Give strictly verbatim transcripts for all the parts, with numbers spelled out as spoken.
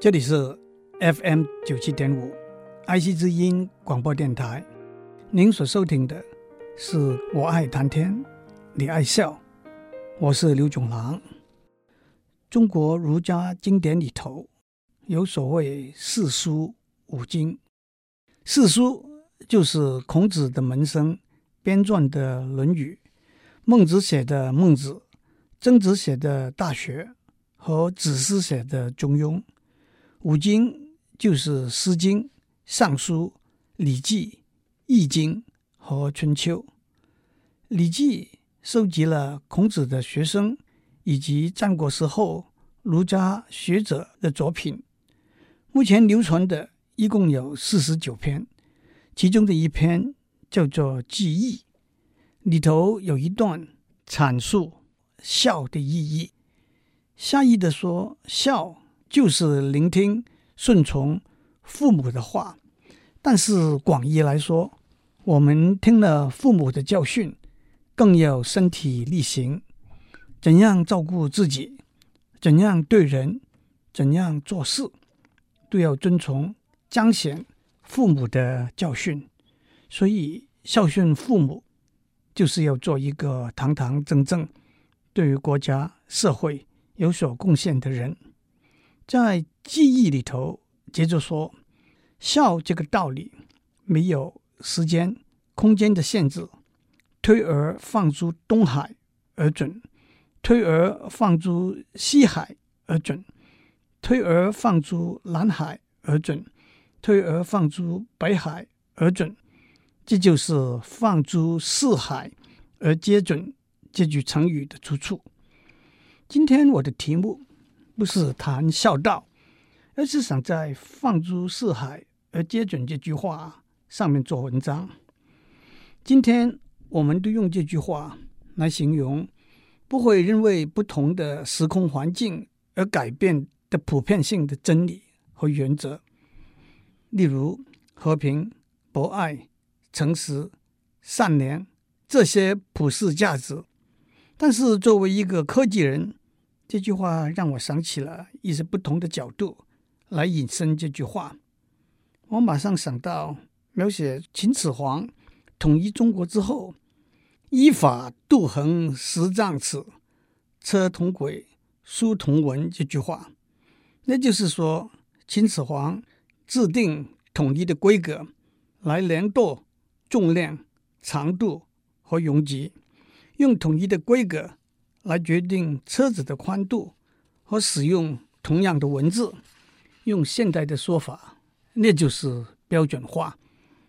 这里是 F M 九七点五 I C 之音广播电台，您所收听的是我爱谈天你爱笑，我是刘炯郎。中国儒家经典里头有所谓四书五经，四书就是孔子的门生编撰的《论语》，孟子写的《孟子》，曾子写的《大学》和子思写的《中庸》。五经就是《诗经》、《尚书》、《礼记》、《易经》和《春秋》。《礼记》收集了孔子的学生以及战国时候儒家学者的作品，目前流传的一共有四十九篇，其中的一篇叫做《记忆》，里头有一段阐述孝的意义。狭义的说，孝就是聆听顺从父母的话，但是广义来说，我们听了父母的教训，更要身体力行，怎样照顾自己，怎样对人，怎样做事，都要遵从彰显父母的教训。所以孝顺父母就是要做一个堂堂正正，对于国家社会有所贡献的人。在记忆里头接着说，孝这个道理没有时间空间的限制，推而放诸东海而准，推而放诸西海而准，推而放诸南海而准，推而放诸北海而准。这就是放诸四海而皆准这句成语的出处。今天我的题目不是谈孝道，而是想在放诸四海而皆准这句话上面做文章。今天我们都用这句话来形容不会因为不同的时空环境而改变的普遍性的真理和原则，例如和平、博爱、诚实、善良这些普世价值。但是作为一个科技人，这句话让我想起了一些不同的角度来引申这句话。我马上想到描写秦始皇统一中国之后，依法度衡十丈尺，车同轨，书同文这句话。那就是说，秦始皇制定统一的规格来量度重量、长度和容积，用统一的规格来决定车子的宽度和使用同样的文字。用现代的说法，那就是标准化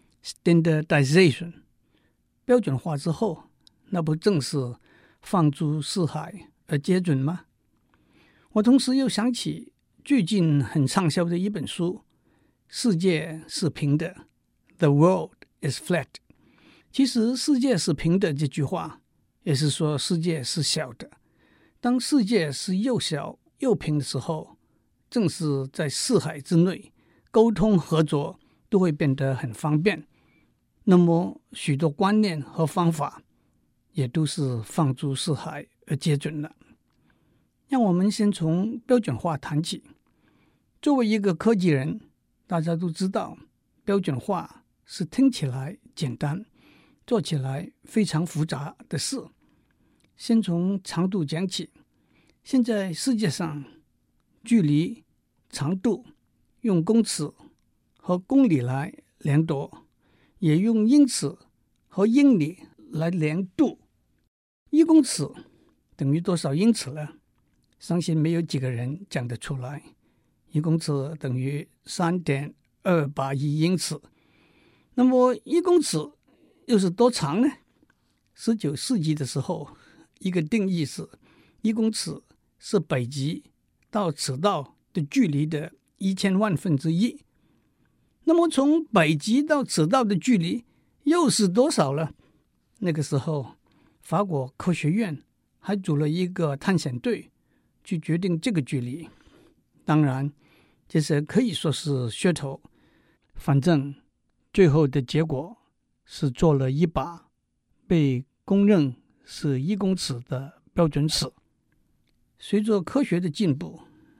standardization。 标准化之后，那不正是放诸四海而皆准吗？我同时又想起最近很畅销的一本书，世界是平的 The world is flat。 其实世界是平的这句话也是说世界是小的。当世界是又小又平的时候，正是在四海之内，沟通合作都会变得很方便。那么许多观念和方法也都是放诸四海而皆准了。让我们先从标准化谈起。作为一个科技人，大家都知道标准化是听起来简单，做起来非常复杂的事。先从长度讲起。现在世界上距离、长度用公尺和公里来量度，也用英尺和英里来量度。一公尺等于多少英尺呢？相信没有几个人讲得出来。一公尺等于 三点二八一英尺。那么一公尺又是多长呢？十九世纪的时候，一个定义是一公尺是北极到赤道的距离的一千万分之一。那么从北极到赤道的距离又是多少了？那个时候法国科学院还组了一个探险队去决定这个距离。当然这些可以说是噱头，反正最后的结果是做了一把被公认是一公尺的标准尺。随着科学的进步，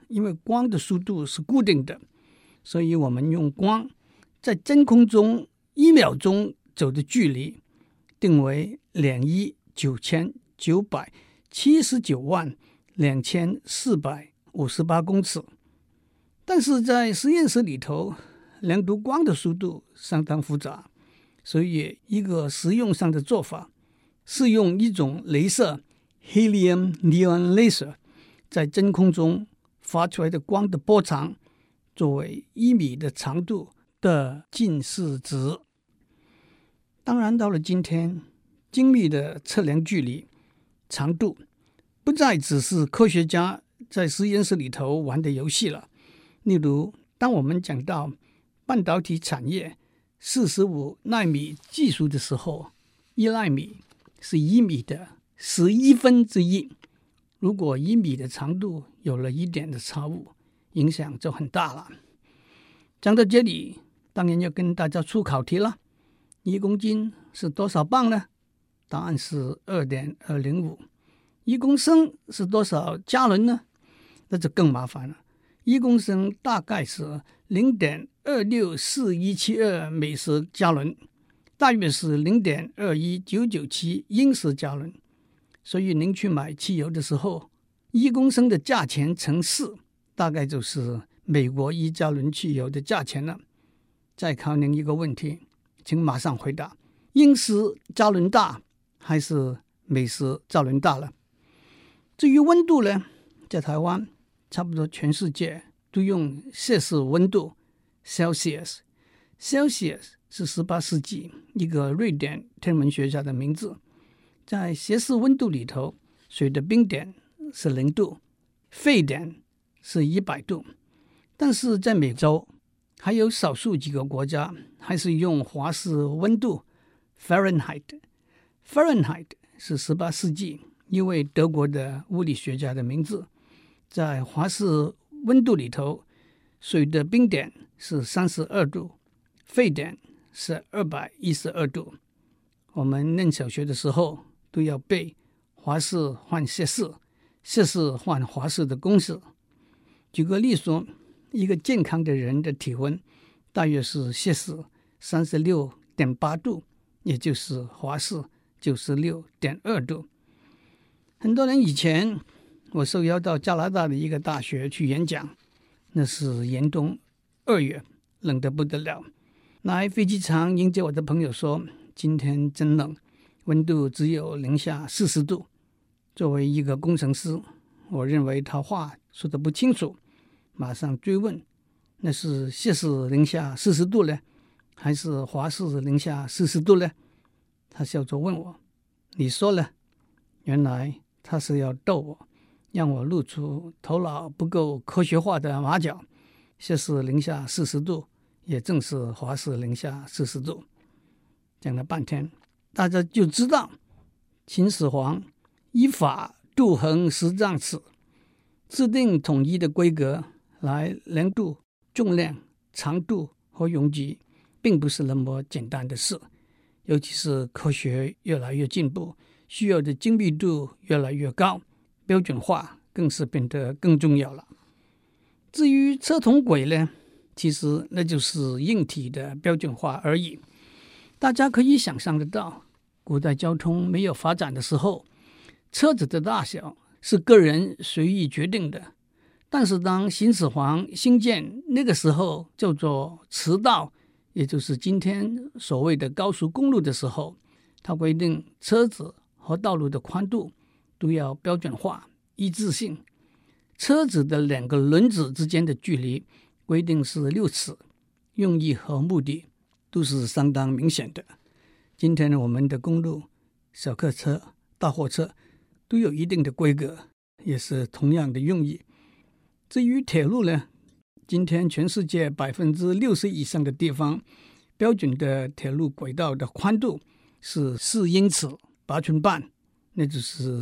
因为光的速度是固定的，所以我们用光在真空中一秒钟走的距离定为两亿九千九百七十九万两千四百五十八公尺。但是在实验室里头量度光的速度相当复杂，所以一个实用上的做法是用一种雷射 Helium Neon Laser 在真空中发出来的光的波长作为一米的长度的近似值。当然到了今天，精密的测量距离长度不再只是科学家在实验室里头玩的游戏了。例如当我们讲到半导体产业四十五纳米技术的时候，一纳米是一米的十一分之一。如果一米的长度有了一点的差误，影响就很大了。讲到这里，当然要跟大家出考题了。一公斤是多少磅呢？答案是 二点二零五。一公升是多少加仑呢？那就更麻烦了。一公升大概是 零点二六四一七二每十加仑，大约是 零点二一九九七英时加仑。所以您去买汽油的时候，一公升的价钱乘四，大概就是美国一加仑汽油的价钱了。再考您一个问题，请马上回答：英时加仑大还是美时加仑大了？至于温度呢，在台湾差不多全世界都用摄氏温度 Celsius。 Celsius 是十八世纪一个瑞典天文学家的名字。在摄氏温度里头，水的冰点是零度，沸点是一百度。但是在美洲还有少数几个国家还是用华氏温度 Fahrenheit。 Fahrenheit 是十八世纪一位德国的物理学家的名字。在华氏温度里头，水的冰点是三十二度，沸点是二百一十二度。我们念小学的时候都要背华氏换摄氏，摄氏换华氏的公式。举个例说，一个健康的人的体温大约是摄氏 三十六点八度，也就是华氏 九十六点二度。很多人以前我受邀到加拿大的一个大学去演讲，那是严冬二月，冷得不得了。来飞机场迎接我的朋友说，今天真冷，温度只有零下四十度。作为一个工程师，我认为他话说得不清楚，马上追问，那是摄氏零下四十度呢，还是华氏零下四十度呢？他笑着问我，你说了？原来他是要逗我，让我露出头脑不够科学化的马脚。摄氏零下四十度，也正是华氏零下四十度。讲了半天，大家就知道秦始皇依法度衡十丈尺，制定统一的规格来量度重量、长度和容积，并不是那么简单的事。尤其是科学越来越进步，需要的精密度越来越高，标准化更是变得更重要了。至于车同轨呢，其实那就是硬体的标准化而已。大家可以想象得到，古代交通没有发展的时候，车子的大小是个人随意决定的。但是当秦始皇兴建那个时候叫做驰道，也就是今天所谓的高速公路的时候，他规定车子和道路的宽度都要标准化、一致性。车子的两个轮子之间的距离规定是六尺，用意和目的都是相当明显的。今天我们的公路、小客车、大货车都有一定的规格，也是同样的用意。至于铁路呢，今天全世界 百分之六十 以上的地方，标准的铁路轨道的宽度是四英尺八寸半，那就是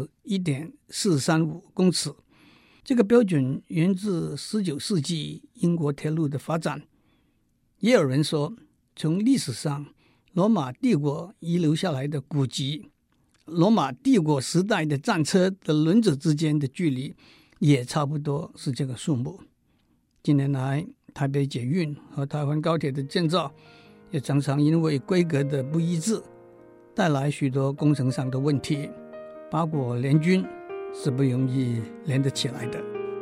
一点四三五公尺。这个标准源自十九世纪英国铁路的发展。也有人说，从历史上罗马帝国遗留下来的古籍，罗马帝国时代的战车的轮子之间的距离也差不多是这个数目。近年来，台北捷运和台湾高铁的建造也常常因为规格的不一致，带来许多工程上的问题，八国联军是不容易连得起来的。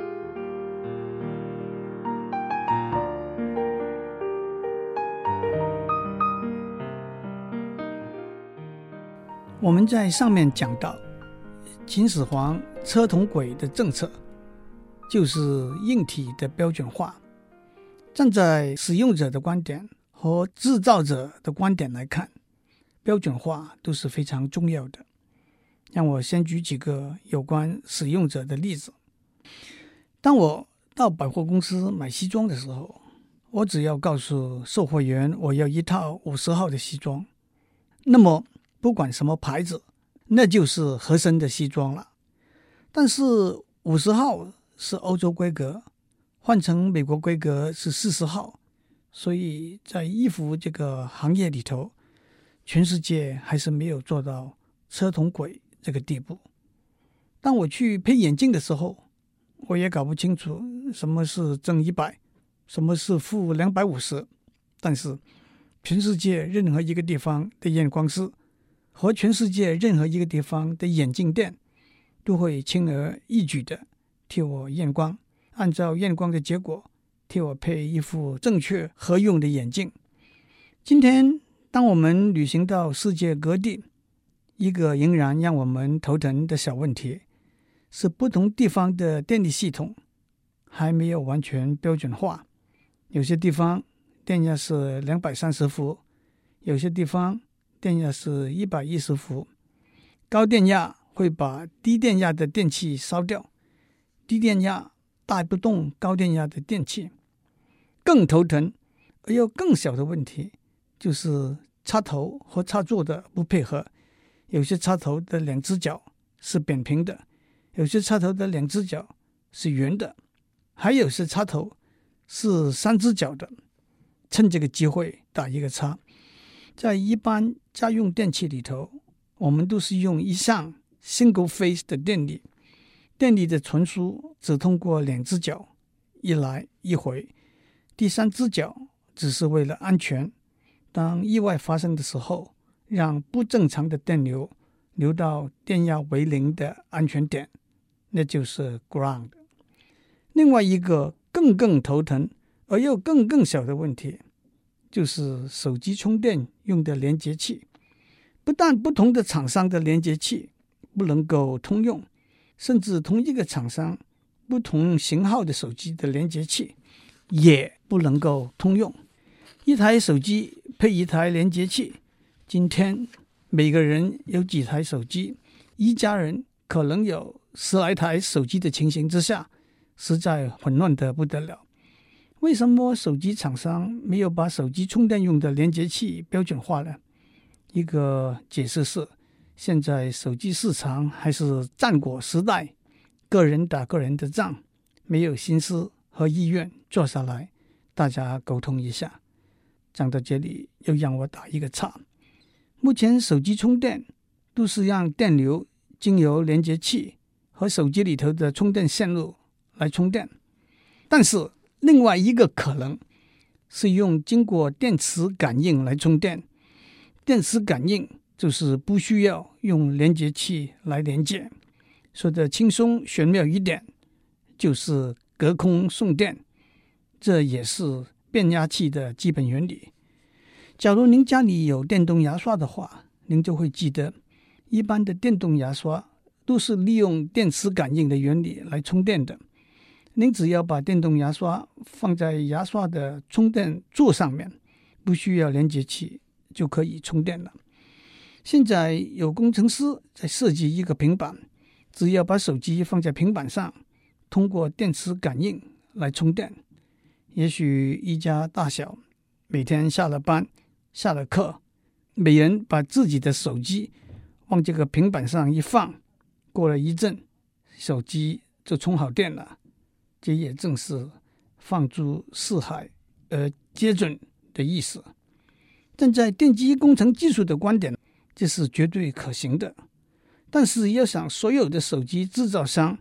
我们在上面讲到，秦始皇车同轨的政策就是硬体的标准化。站在使用者的观点和制造者的观点来看，标准化都是非常重要的。让我先举几个有关使用者的例子。当我到百货公司买西装的时候，我只要告诉售货员我要一套五十号的西装，那么不管什么牌子，那就是合身的西装了。但是五十号是欧洲规格，换成美国规格是四十号，所以在衣服这个行业里头，全世界还是没有做到车同轨这个地步。当我去配眼镜的时候，我也搞不清楚什么是正一百，什么是负两百五十。但是全世界任何一个地方的验光师和全世界任何一个地方的眼镜店都会轻而易举的替我验光，按照验光的结果替我配一副正确合用的眼镜。今天当我们旅行到世界各地，一个仍然让我们头疼的小问题是，不同地方的电力系统还没有完全标准化。有些地方电压是两百三十伏，有些地方电压是一百一十伏。高电压会把低电压的电器烧掉，低电压带不动高电压的电器。更头疼而又更小的问题就是插头和插座的不配合，有些插头的两只脚是扁平的，有些插头的两只脚是圆的，还有些插头是三只脚的。趁这个机会打一个叉，在一般家用电器里头，我们都是用一项 single phase 的电力，电力的传输只通过两只脚，一来一回，第三只脚只是为了安全，当意外发生的时候，让不正常的电流流到电压为零的安全点，那就是 ground。 另外一个更更头疼而又更更小的问题，就是手机充电用的连接器。不但不同的厂商的连接器不能够通用，甚至同一个厂商不同型号的手机的连接器也不能够通用。一台手机配一台连接器，今天每个人有几台手机，一家人可能有十来台手机的情形之下，实在混乱得不得了。为什么手机厂商没有把手机充电用的连接器标准化呢？一个解释是，现在手机市场还是战国时代，个人打个人的仗，没有心思和意愿坐下来大家沟通一下。讲到这里又让我打一个岔。目前手机充电都是让电流经由连接器和手机里头的充电线路来充电，但是另外一个可能是用经过电磁感应来充电。电磁感应就是不需要用连接器来连接，说的轻松玄妙一点，就是隔空送电，这也是变压器的基本原理。假如您家里有电动牙刷的话，您就会记得，一般的电动牙刷都是利用电磁感应的原理来充电的。您只要把电动牙刷放在牙刷的充电座上面，不需要连接器就可以充电了。现在有工程师在设计一个平板，只要把手机放在平板上，通过电磁感应来充电。也许一家大小每天下了班下了课，每人把自己的手机往这个平板上一放，过了一阵手机就充好电了。这也正是放诸四海而皆准的意思。站在电机工程技术的观点，这是绝对可行的。但是要想所有的手机制造商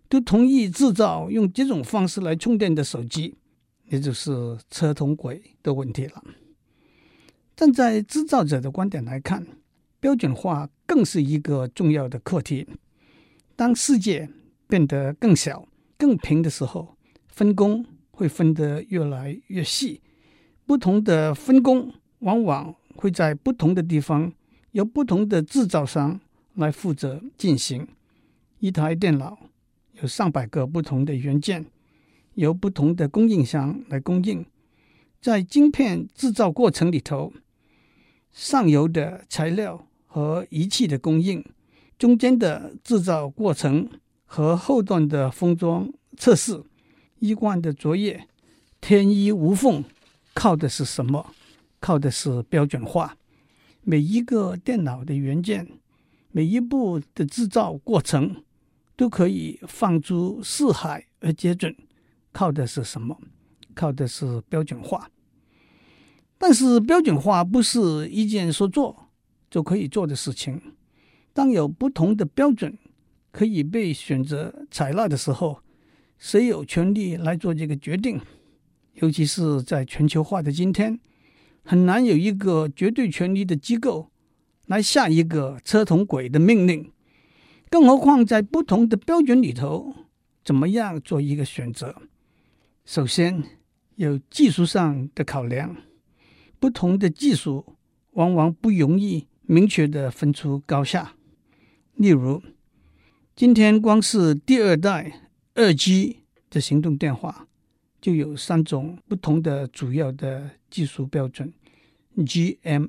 都同意制造用这种方式来充电的手机，也就是车同轨的问题了。站在制造者的观点来看，标准化更是一个重要的课题。当世界变得更小、更平的时候，分工会分得越来越细，不同的分工往往会在不同的地方由不同的制造商来负责进行。一台电脑有上百个不同的元件，由不同的供应商来供应。在晶片制造过程里头，上游的材料和仪器的供应，中间的制造过程和后段的封装测试，一贯的作业，天衣无缝，靠的是什么？靠的是标准化。每一个电脑的元件，每一步的制造过程，都可以放诸四海而皆准，靠的是什么？靠的是标准化。但是标准化不是一件说做就可以做的事情。当有不同的标准可以被选择采纳的时候，谁有权利来做这个决定？尤其是在全球化的今天，很难有一个绝对权力的机构来下一个车同轨的命令，更何况在不同的标准里头，怎么样做一个选择？首先，有技术上的考量，不同的技术往往不容易明确地分出高下。例如，今天光是第二代二 G 的行动电话就有三种不同的主要的技术标准 ：G M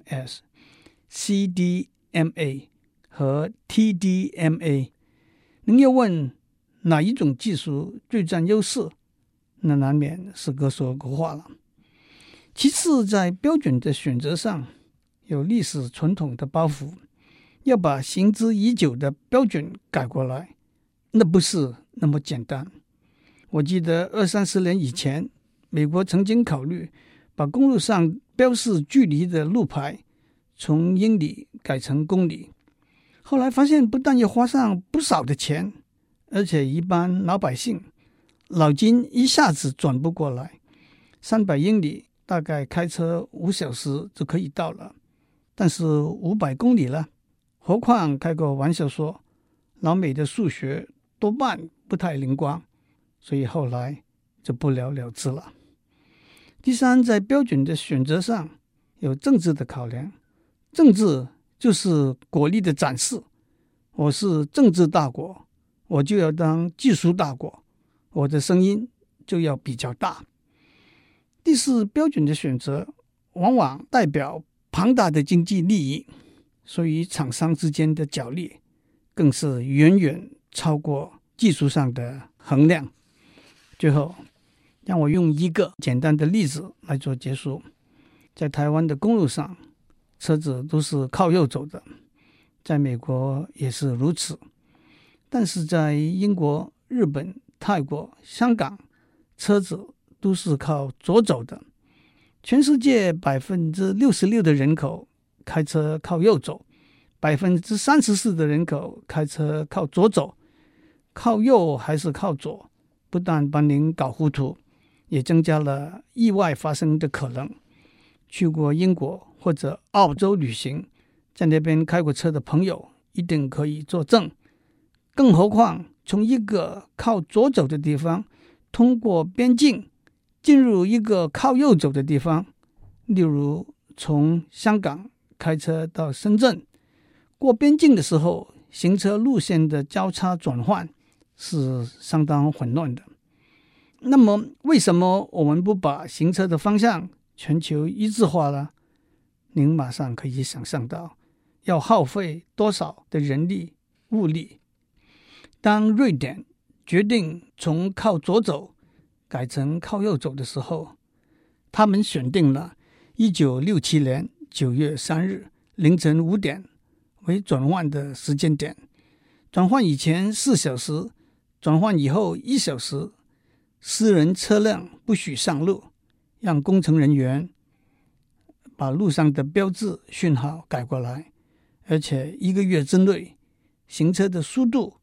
S、C D M A 和 T D M A。您要问哪一种技术最占优势，那难免是各说各话了。其次，在标准的选择上，有历史传统的包袱，要把行之已久的标准改过来，那不是那么简单。我记得二三十年以前，美国曾经考虑把公路上标示距离的路牌从英里改成公里，后来发现不但要花上不少的钱，而且一般老百姓脑筋一下子转不过来。三百英里大概开车五小时就可以到了，但是五百公里了，何况开个玩笑说，老美的数学多半不太灵光，所以后来就不了了之了。第三，在标准的选择上有政治的考量，政治就是国力的展示。我是政治大国，我就要当技术大国，我的声音就要比较大。第四，标准的选择往往代表庞大的经济利益，所以厂商之间的角力更是远远超过技术上的衡量。最后，让我用一个简单的例子来做结束。在台湾的公路上，车子都是靠右走的，在美国也是如此。但是在英国、日本、泰国、香港，车子都是靠左走的。全世界百分之六十六的人口开车靠右走，百分之三十四的人口开车靠左走。靠右还是靠左，不但把您搞糊涂，也增加了意外发生的可能。去过英国或者澳洲旅行，在那边开过车的朋友一定可以作证。更何况从一个靠左走的地方通过边境进入一个靠右走的地方，例如从香港开车到深圳，过边境的时候，行车路线的交叉转换是相当混乱的。那么为什么我们不把行车的方向全球一致化呢？您马上可以想象到要耗费多少的人力物力。当瑞典决定从靠左走改成靠右走的时候，他们选定了一九六七年九月三日凌晨五点为转换的时间点。转换以前四小时，转换以后一小时，私人车辆不许上路，让工程人员把路上的标志讯号改过来，而且一个月之内，行车的速度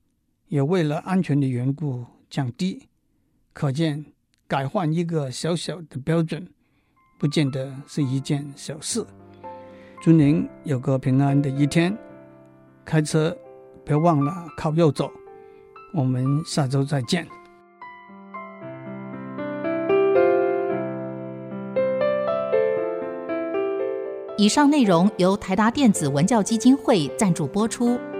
也为了安全的缘故降低。可见改换一个小小的标准不见得是一件小事。祝您有个平安的一天，开车别忘了靠右走。我们下周再见。 以上内容由台达电子文教基金会赞助播出。